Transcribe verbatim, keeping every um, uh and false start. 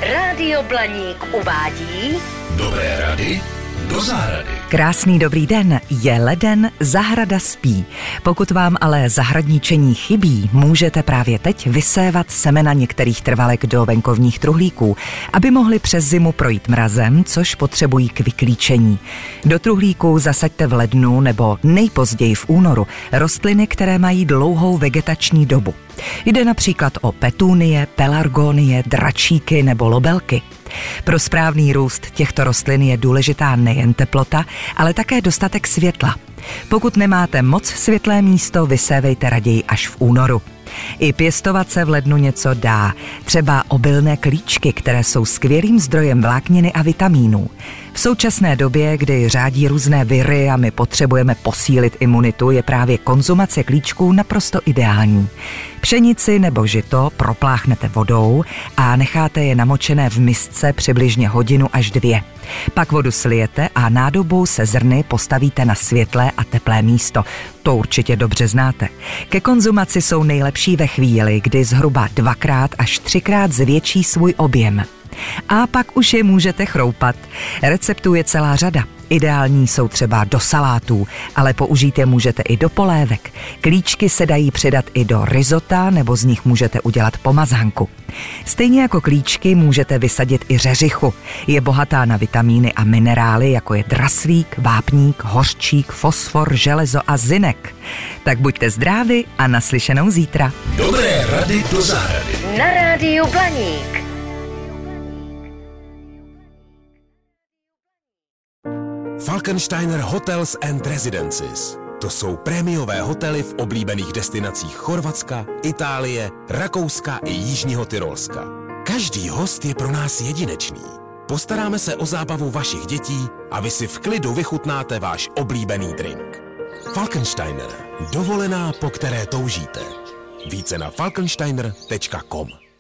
Rádio Blaník uvádí Dobré rady do zahrady. Krásný dobrý den, je leden, zahrada spí. Pokud vám ale zahradničení chybí, můžete právě teď vysévat semena některých trvalek do venkovních truhlíků, aby mohli přes zimu projít mrazem, což potřebují k vyklíčení. Do truhlíků zasaďte v lednu nebo nejpozději v únoru rostliny, které mají dlouhou vegetační dobu. Jde například o petunie, pelargonie, dračíky nebo lobelky. Pro správný růst těchto rostlin je důležitá nejen teplota, ale také dostatek světla. Pokud nemáte moc světlé místo, vysévejte raději až v únoru. I pěstovat se v lednu něco dá, třeba obilné klíčky, které jsou skvělým zdrojem vlákniny a vitamínů. V současné době, kdy řádí různé viry a my potřebujeme posílit imunitu, je právě konzumace klíčků naprosto ideální. Pšenici nebo žito propláchnete vodou a necháte je namočené v misce přibližně hodinu až dvě. Pak vodu slijete a nádobou se zrny postavíte na světlé a teplé místo. To určitě dobře znáte. Ke konzumaci jsou nejlepší ve chvíli, kdy zhruba dvakrát až třikrát zvětší svůj objem. A pak už je můžete chroupat. Receptů je celá řada. Ideální jsou třeba do salátů, ale použít je můžete i do polévek. Klíčky se dají přidat i do risota nebo z nich můžete udělat pomazánku. Stejně jako klíčky můžete vysadit i řeřichu. Je bohatá na vitamíny a minerály, jako je draslík, vápník, hořčík, fosfor, železo a zinek. Tak buďte zdraví a naslyšenou zítra. Dobré rady do zahrady. na Rádiu Blaník. Falkensteiner Hotels and Residences. To jsou prémiové hotely v oblíbených destinacích Chorvatska, Itálie, Rakouska i Jižního Tyrolska. Každý host je pro nás jedinečný. Postaráme se o zábavu vašich dětí a vy si v klidu vychutnáte váš oblíbený drink. Falkensteiner. Dovolená, po které toužíte. Více na falkensteiner tečka com.